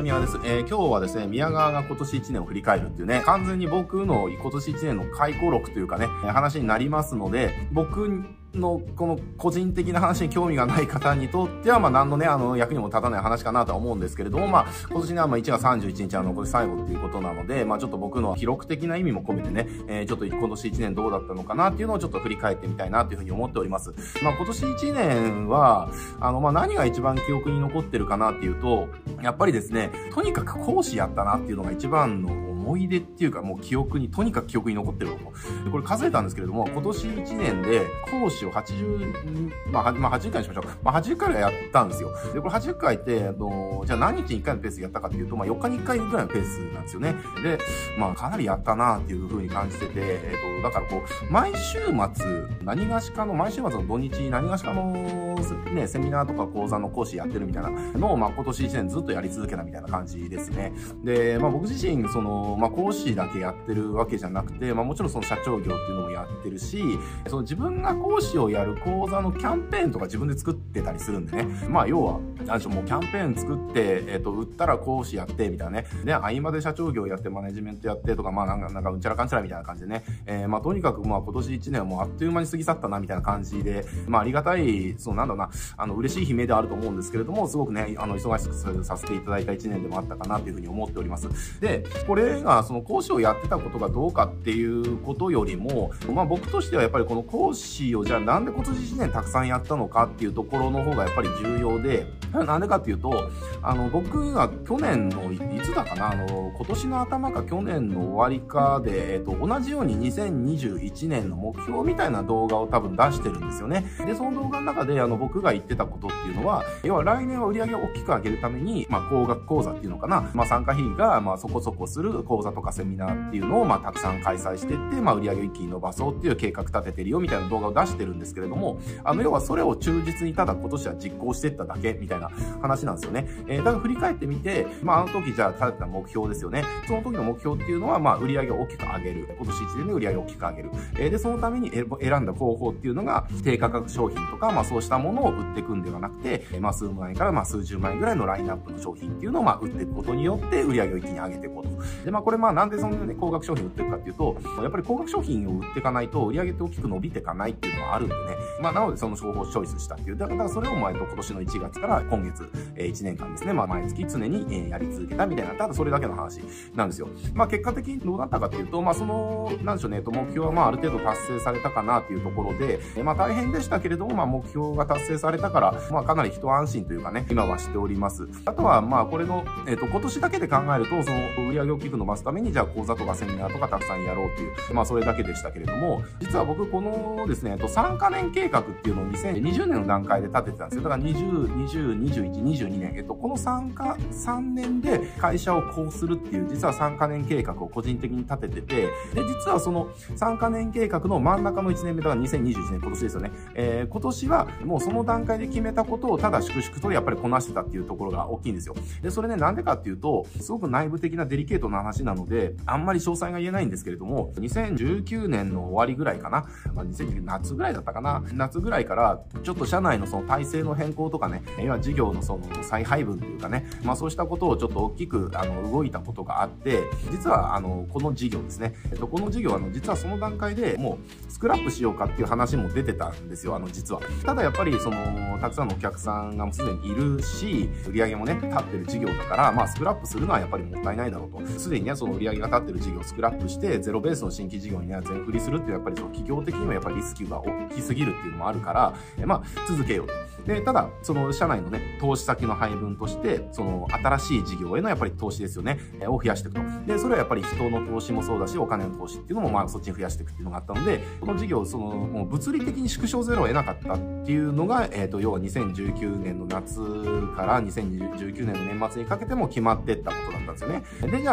庭です。今日はですね、宮川が今年1年を振り返るっていうね、完全に僕の今年1年の回顧録というかね、話になりますので、僕のこの個人的な話に興味がない方にとっては、何のね、役にも立たない話かなとは思うんですけれども、今年ね、1月31日これ最後っていうことなので、ちょっと僕の記録的な意味も込めてね、ちょっと今年1年どうだったのかなっていうのをちょっと振り返ってみたいなというふうに思っております。今年1年は、何が一番記憶に残ってるかなっていうと、やっぱりですね、とにかく講師やったなっていうのが一番の思い出っていうか、もうとにかく記憶に残ってること。でこれ数えたんですけれども、今年1年で講師を80回にしましょう。80回やったんですよ。で、これ80回って、じゃあ何日に1回のペースでやったかっていうと、4日に1回ぐらいのペースなんですよね。で、かなりやったなっていう風に感じてて、だから毎週末の土日、何がしかのね、セミナーとか講座の講師やってるみたいなのを、今年1年ずっとやり続けたみたいな感じですね。で、僕自身、講師だけやってるわけじゃなくて、もちろんその社長業っていうのもやってるし、自分が講師をやる講座のキャンペーンとか自分で作ってたりするんでね。要は、もうキャンペーン作って、売ったら講師やって、みたいなね。で、合間で社長業やって、マネジメントやってとか、なんかうんちゃらかんちゃらみたいな感じでね。とにかく今年1年はもうあっという間に過ぎ去ったな、みたいな感じで、ありがたい、嬉しい悲鳴ではあると思うんですけれども、すごくね、忙しくさせていただいた1年でもあったかなというふうに思っております。で、これが、講師をやってたことがどうかっていうことよりも、僕としてはやっぱりこの講師をじゃあなんで今年1年たくさんやったのかっていうところの方がやっぱり重要で、なんでかっていうと、僕が去年の、いつだかな、今年の頭か去年の終わりかで、同じように2021年の目標みたいな動画を多分出してるんですよね。で、その動画の中で、僕が言ってたことっていうのは、要は来年は売り上げを大きく上げるために、高額講座っていうのかな、参加費が、そこそこする講座とかセミナーっていうのを、たくさん開催していって、売り上げを一気に伸ばそうっていう計画立ててるよみたいな動画を出してるんですけれども、要はそれを忠実にただ今年は実行していっただけみたいな話なんですよね。だから振り返ってみて、あの時じゃあ立てた目標ですよね。その時の目標っていうのは、売り上げを大きく上げる。今年1年で売り上げを大きく上げる。で、そのために選んだ方法っていうのが、低価格商品とか、そうしたものを売っていくんではなくて、数万円から数十万円ぐらいのラインナップの商品っていうのを、売っていくことによって、売り上げを一気に上げていこうと。で、これなんでそんなね、高額商品売っていくかっていうと、やっぱり高額商品を売っていかないと、売り上げって大きく伸びていかないっていうのはあるんでね。なのでその商法をチョイスしたっていう。だからそれを今年の1月から今月、1年間ですね。毎月常に、やり続けたみたいな、ただそれだけの話なんですよ。結果的にどうなったかっていうと、なんでしょうね、目標はある程度達成されたかなっていうところで、大変でしたけれども、目標が達成されたから、かなり一安心というかね、今はしております。あとは、これの、今年だけで考えると、その売り上げを大きく伸ばすために、じゃあ講座とかセミナーとかたくさんやろうっていう、それだけでしたけれども、実は僕このですね、3カ年計画っていうのを2020年の段階で立ててたんですよ。だから20、20、21、22年、この3年で会社をこうするっていう、実は3カ年計画を個人的に立ててて、で、実はその3カ年計画の真ん中の1年目だから2021年、今年ですよね。今年はもうその段階で決めたことをただ粛々とやっぱりこなしてたっていうところが大きいんですよ。で、それね、なんでかっていうと、すごく内部的なデリケートな話なので、あんまり詳細が言えないんですけれども、2019年の終わりぐらいかな。2019夏ぐらいだったかな。夏ぐらいから、ちょっと社内のその体制の変更とかね、要は事業のその再配分というかね、そうしたことをちょっと大きく、動いたことがあって、実は、この事業ですね。この事業は、実はその段階でもう、スクラップしようかっていう話も出てたんですよ、実は。ただやっぱり、たくさんのお客さんがもうすでにいるし、売り上げもね、立ってる事業だから、スクラップするのはやっぱりもったいないだろうと。すでにね、その売り上げが立ってる事業をスクラップして、ゼロベースの新規事業にね、全振りするっていう、やっぱりその企業的にもやっぱりリスクが大きすぎるっていうのもあるから、続けようと。で、ただ、その社内のね、投資先の配分として、その新しい事業へのやっぱり投資ですよね、を増やしていくと。で、それはやっぱり人の投資もそうだし、お金の投資っていうのもそっちに増やしていくっていうのがあったので、この事業をもう物理的に縮小せざるを得なかったっていうのが、要は2019年の夏から2019年の年末にかけても決まってったことだったんですよね。で、じゃあその時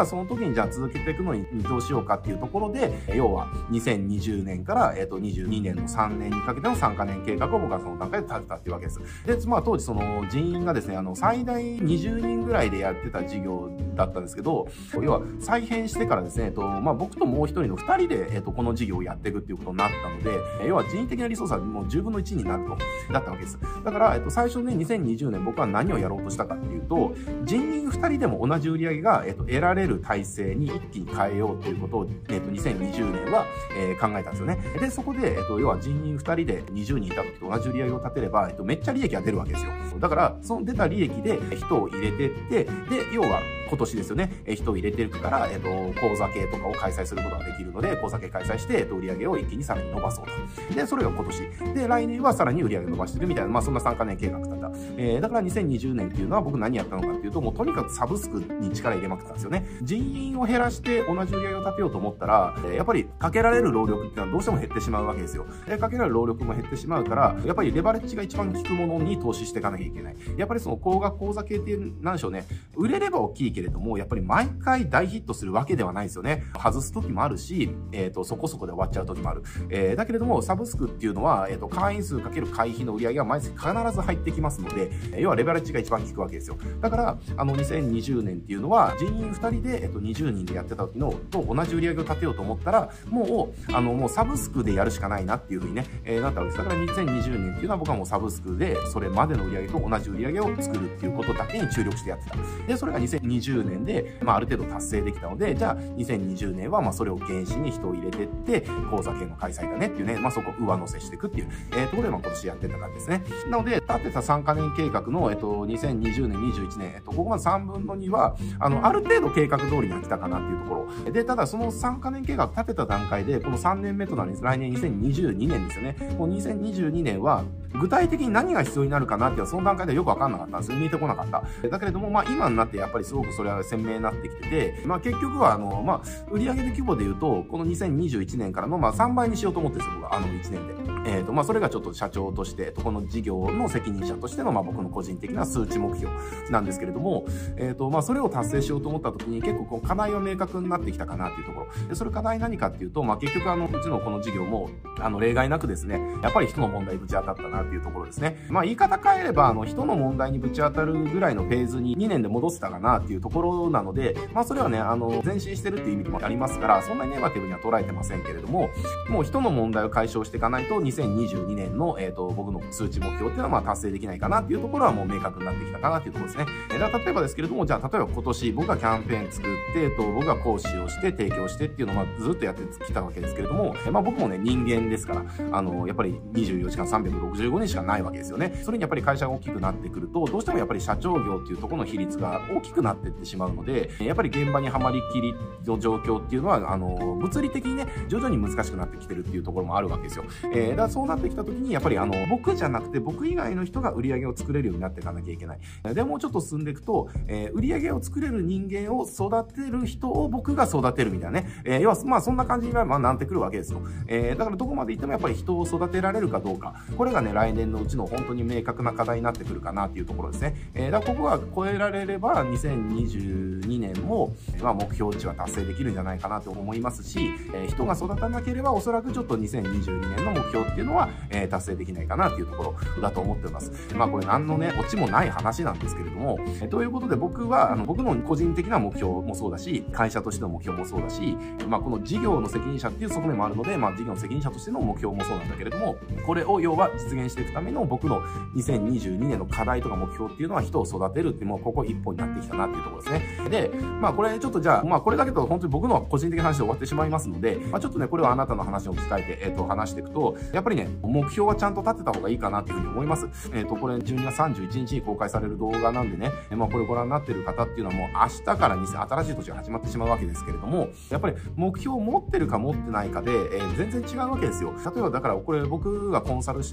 にじゃあ続けていくのにどうしようかっていうところで、要は2020年から、22年の3年にかけての3カ年計画を僕はその段階で立てたっていうわけです。で、まあ当時その人員がですね、最大20人ぐらいでやってた事業だったんですけど、要は再編してからですね、まあ僕ともう一人の2人で、この事業をやっていくっていうことになったので、要は人員的なリソースはもう10分の1になると、だったわけです。だから、最初ね、2020年僕は何をやろうとしたかっていうと、人員2人でも同じ売り上げが、得られる体制に一気に変えようということを、2020年は、考えたんですよね。で、そこで、要は人員2人で20人いた時と同じ売り上げを立てれば、めっちゃ利益が出るわけですよ。だから、その出た利益で人を入れてって、で、要は今年ですよね、人を入れてるから、講座系とかを開催することができるので、講座系開催して、売り上げを一気にさらに伸ばそうと。で、それが今年。で、来年はさらに売り上げを伸ばしていくみたいな、まあそんな3カ年計画だった。だから2020年っていうのは僕何やったのかっていうと、もうとにかくサブスクに力入れまくったんですよね。人員を減らして同じ売り上げを立てようと思ったら、やっぱりかけられる労力っていうのはどうしても減ってしまうわけですよ。かけられる労力も減ってしまうから、やっぱりレバレッジが一番効くものに投資していかなきゃいけない。やっぱりその高額講座系っていう、なんでしょうね。売れれば大きいけれども、やっぱり毎回大ヒットするわけではないですよね。外す時もあるし、そこそこで終わっちゃう時もある。だけれども、サブスクっていうのは、会員数かける会費の売り上げが毎月必ず入ってきますので、要はレバレッジが一番効くわけですよ。だから、2020年っていうのは、人員2人で、20人でやってた時のと同じ売り上げを立てようと思ったら、もうサブスクでやるしかないなっていうふうにね、なったわけです。だから2020年っていうのは僕はもうサブスクで、それまでの売り上げと同じ売り上げを作るっていうことだけに注力してやってた。で、それが2020年で、まあある程度達成できたので、じゃあ2020年はまあそれを原資に人を入れてって、講座系の開催だねっていうね、まあそこを上乗せしていくっていう、ところでまあ今年やってた感じですね。なので、立てた3カ年計画の、2020年、21年、ここまで3分の2は、ある程度計画通りには来たかなっていうところ。で、ただその3カ年計画立てた段階で、この3年目となる来年2022年ですよね。この2022年は、具体的に何が必要になるかなっていうのはその段階ではよくわかんなかったんですよ。見えてこなかった。だけれども、まあ今になってやっぱりすごくそれは鮮明になってきてて、まあ結局はまあ売上で規模で言うと、この2021年からのまあ3倍にしようと思ってるんですよ、僕は1年で。まあそれがちょっと社長として、この事業の責任者としてのまあ僕の個人的な数値目標なんですけれども、まあそれを達成しようと思った時に結構こう課題は明確になってきたかなっていうところ。で、それ課題何かっていうと、まあ結局うちのこの事業も、例外なくですね、やっぱり人の問題にぶち当たったなっていうところですね。まあ言い方変えれば、人の問題にぶち当たるぐらいのフェーズに2年で戻せたかなっていうところなので、まあそれはね、前進してるっていう意味でもありますから、そんなにネガティブには捉えてませんけれども、もう人の問題を解消していかないと、2022年の、僕の数値目標っていうのはまあ達成できないかなっていうところはもう明確になってきたかなっていうところですね。例えばですけれども、じゃあ例えば今年僕がキャンペーン作って、僕が講師をして提供してっていうのをまあずっとやってきたわけですけれども、まあ僕もね、人間ですから、やっぱり24時間365日しかないわけですよね。それにやっぱり会社が大きくなってくると、どうしてもやっぱり社長業っていうところの比率が大きくなっていってしまうので、やっぱり現場にはまりきりの状況っていうのは、物理的にね、徐々に難しくなってきてるっていうところもあるわけですよ。だからそうなってきた時に、やっぱり僕じゃなくて僕以外の人が売り上げを作れるようになっていかなきゃいけない。で、もうちょっと進んでいくと、売り上げを作れる人間を育てる人を僕が育てるみたいなね。要は、まあそんな感じにまあなってくるわけですよ。だからどこまで行ってもやっぱり人を育てられるかどうか。これがね、来年のうちの本当に明確な課題になってくるかなっていうところですね。だからここが超えられれば、2022年も、まあ目標値は達成できるんじゃないかなと思いますし、人が育たなければおそらくちょっと2022年の目標っていうのは、達成できないかなっていうところだと思っています。まあこれ何のね、オチもない話なんですけれども、ということで僕は、僕の個人的な目標もそうだし、会社としての目標もそうだし、まあこの事業の責任者っていう側面もあるので、まあ事業の責任者としての目標もそうなんだけれども、これを要は実現していくための僕の2022年の課題とか目標っていうのは人を育てるっていう、もうここ一歩になってきたなっていうところですね。で、まあこれちょっとじゃあ、まあこれだけだと本当に僕の個人的な話で終わってしまいますので、まあちょっとね、これはあなたの話を置き換えて、話していくと、やっぱりね、目標はちゃんと立てた方がいいかなっていうふうに思います。これ12月31日に公開される動画なんでね、まあこれご覧になっている方っていうのはもう明日から新しい年が始まってしまうわけですけれども、やっぱり目標を持ってるか持ってないかで、全然違うわけですよ。例えばだからこれ僕がコンサルしてる方とか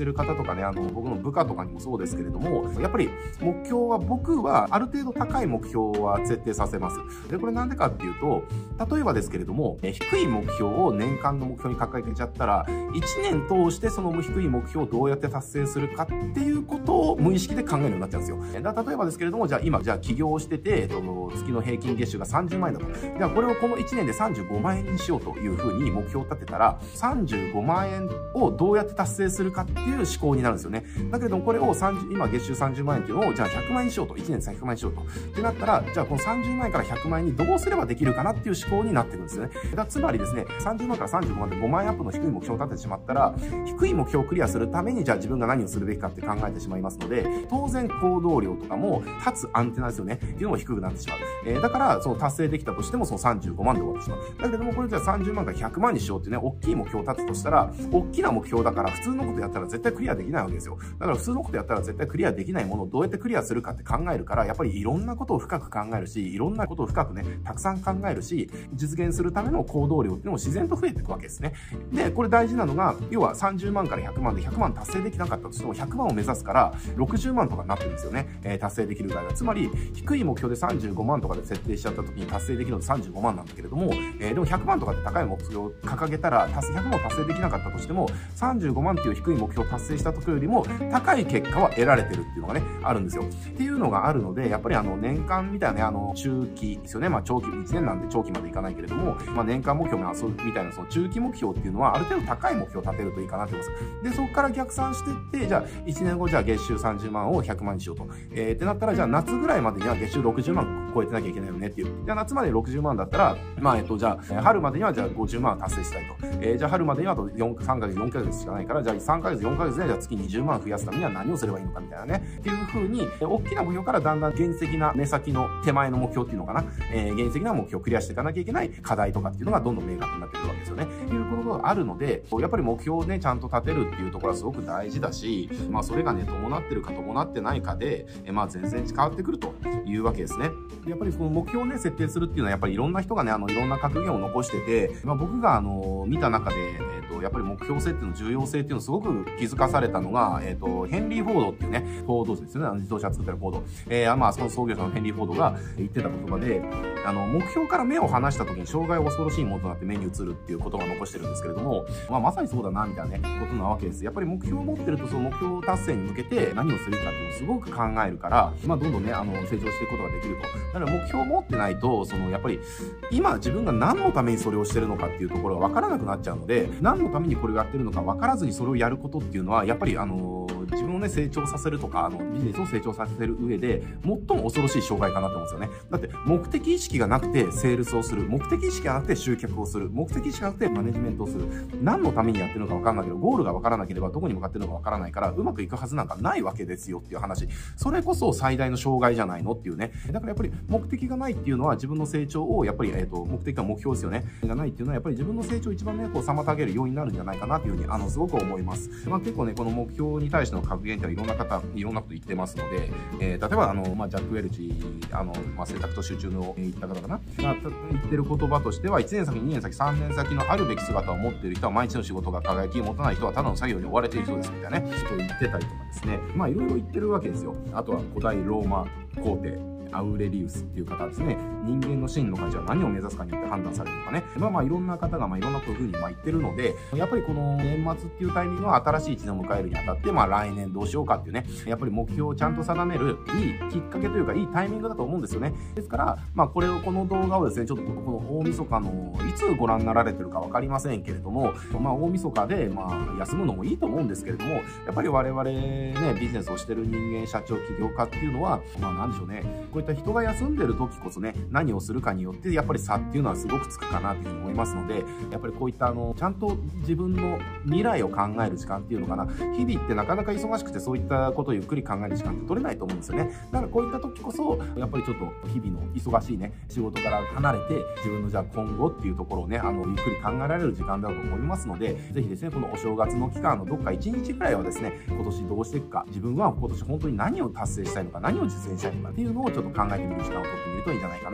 とかね、僕の部下とかにもそうですけれども、やっぱり目標は僕はある程度高い目標は設定させます。で、これなんでかっていうと、例えばですけれども、低い目標を年間の目標に掲げちゃったら、1年通してその低い目標をどうやって達成するかっていうことを無意識で考えるようになっちゃうんですよ。例えばですけれども、じゃあ今、起業してて、月の平均月収が30万円だと。じゃあこれをこの1年で35万円にしようというふうに目標を立てたら、35万円をどうやって達成するかっていう思考になるんですよね。だけれどもこれを今月収30万円っていうのを、じゃあ100万円にしようと。1年で100万円にしようと。ってなったら、じゃあこの30万円から100万円にどうすればできるかなっていう思考になってくるんですよね。つまりですね、30万から35万で5万円アップの低い目標を立ててしまったら、低い目標をクリアするためにじゃあ自分が何をするべきかって考えてしまいますので、当然行動量とかも立つアンテナですよね。っていうのも低くなってしまう。だから、その達成できたとしてもその35万で終わってしまう。だけどもこれじゃあ30万から100万にしようっていうね、大きい目標を立つとしたら、大きな目標だから普通のことやったら絶対クリアできないわけですよ。だから普通のことやったら絶対クリアできないものをどうやってクリアするかって考えるから、やっぱりいろんなことを深く考えるし、いろんなことを深くね、たくさん考えるし、実現するための行動量っていうのも自然と増えていくわけですね。で、これ大事なのが、要は30万から100万で100万達成できなかったとしても100万を目指すから60万とかになってるんですよね。達成できる場合は。つまり、低い目標で35万とかで設定しちゃった時に達成できるので35万なんだけれども、でも100万とかで高い目標を掲げたら、100万を達成できなかったとしても、35万っていう低い目標を達成した時よりも高い結果は得られてるっていうのがね、あるんですよ。っていうのがあるので、やっぱり年間みたいなね、中期ですよね。長期、1年なんで長期までいかないけれども、年間目標みたいなその中期目標っていうのはある程度高い目標を立てるといいかなと思います。で、そこから逆算していって、じゃあ1年後じゃあ月収30万を100万にしようと。ってなったら、じゃあ夏ぐらいまでには月収60万超えてなきゃいけないよねっていう。じゃあ夏まで60万だったら、じゃあ春までにはじゃあ50万達成したいと。じゃあ春までにはあと3ヶ月、4ヶ月しかないから、じゃあ3ヶ月、4ヶ月でじゃあ月20万増やすためには何をすればいいのかみたいなね。っていう風に、大きな目標からだんだん原始的な目先の手前の目標っていうのかな。原始的な目標をクリアしていかなきゃいけない課題とかっていうのがどんどん明確になってくるわけですよね。っていうことがあるので、やっぱり目標をね、ちゃんと立てるっていうところはすごく大事だし、それがね、伴ってるか伴ってないかで、全然変わってくるというわけですね。でやっぱりその目標をね、設定するっていうのはやっぱりいろんな人がね、いろんな格言を残してて、僕が見た中で、やっぱり目標設定の重要性っていうのをすごく気づかされたのが、ヘンリー・フォードっていうね、フォードですよね、自動車作ってるフォード。その創業者のヘンリー・フォードが言ってた言葉で、目標から目を離した時に障害は恐ろしいものとなって目に映るっていう言葉を残してるんですけれども、まさにそうだな、みたいなね、ことなわけです。やっぱり目標を持ってると、その目標達成に向けて何をするかっていうのをすごく考えるから、どんどんね、成長していくことができると。だから目標を持ってないと、やっぱり、今自分が何のためにそれをしてるのかっていうところが分からなくなっちゃうので、何のためにこれをやってるのか分からずにそれをやることっていうのは、やっぱり自分をね、成長させるとか、ビジネスを成長させる上で、最も恐ろしい障害かなと思うんですよね。だって、目的意識がなくてセールスをする。目的意識がなくて集客をする。目的意識がなくてマネジメントをする。何のためにやってるのか分からないけど、ゴールが分からなければどこに向かってるのか分からないから、うまくいくはずなんかないわけですよっていう話。それこそ最大の障害じゃないのっていうね。だからやっぱり目的がないっていうのは自分の成長を、やっぱり、目的が目標ですよね。がないっていうのはやっぱり自分の成長を一番ね、妨げる要因になるんじゃないかなっていうふうに、すごく思います。結構ね、この目標に対しての格言っていろんな方、いろんなこと言ってますので、例えばジャック・ウェルチ、選択と集中の言った方かな、言ってる言葉としては、1年先、2年先、3年先のあるべき姿を持っている人は毎日の仕事が輝き、持たない人はただの作業に追われている人ですみたいなね、ことを言ってたりとかですね、いろいろ言ってるわけですよ。あとは古代ローマ皇帝、アウレリウスっていう方ですね。人間の真の価値は何を目指すかによって判断されるとかね。いろんな方がいろんなことに言ってるので、やっぱりこの年末っていうタイミングは新しい1年を迎えるにあたって、来年どうしようかっていうね、やっぱり目標をちゃんと定めるいいきっかけというかいいタイミングだと思うんですよね。ですから、この動画をですね、ちょっとこの大晦日のいつご覧になられてるかわかりませんけれども、大晦日で休むのもいいと思うんですけれども、やっぱり我々ね、ビジネスをしてる人間、社長、起業家っていうのは、なんでしょうね、こういった人が休んでる時こそね、何をするかによってやっぱり差っていうのはすごくつくかなというふうに思いますので、やっぱりこういったちゃんと自分の未来を考える時間っていうのかな、日々ってなかなか忙しくてそういったことをゆっくり考える時間って取れないと思うんですよね。だからこういった時こそやっぱりちょっと日々の忙しいね、仕事から離れて自分のじゃあ今後っていうところをね、ゆっくり考えられる時間だと思いますので、ぜひですね、このお正月の期間のどっか1日くらいはですね、今年どうしていくか、自分は今年本当に何を達成したいのか、何を実現したいのかっていうのをちょっと考えてみる時間を取ってみるといいんじゃないかな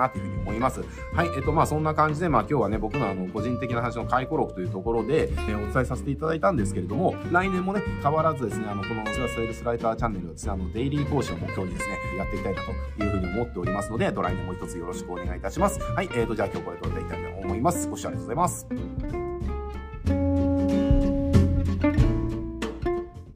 というふうに思います。はい、そんな感じで、今日はね、僕の個人的な話の回顧録というところで、お伝えさせていただいたんですけれども、来年もね、変わらずですね、このセールスライターチャンネルはですね、デイリー講師を目標にですね、やっていきたいなというふうに思っておりますので、来年も一つよろしくお願いいたします。はい、じゃあ今日これで終わりたいと思います。ご視聴ありがとうございます。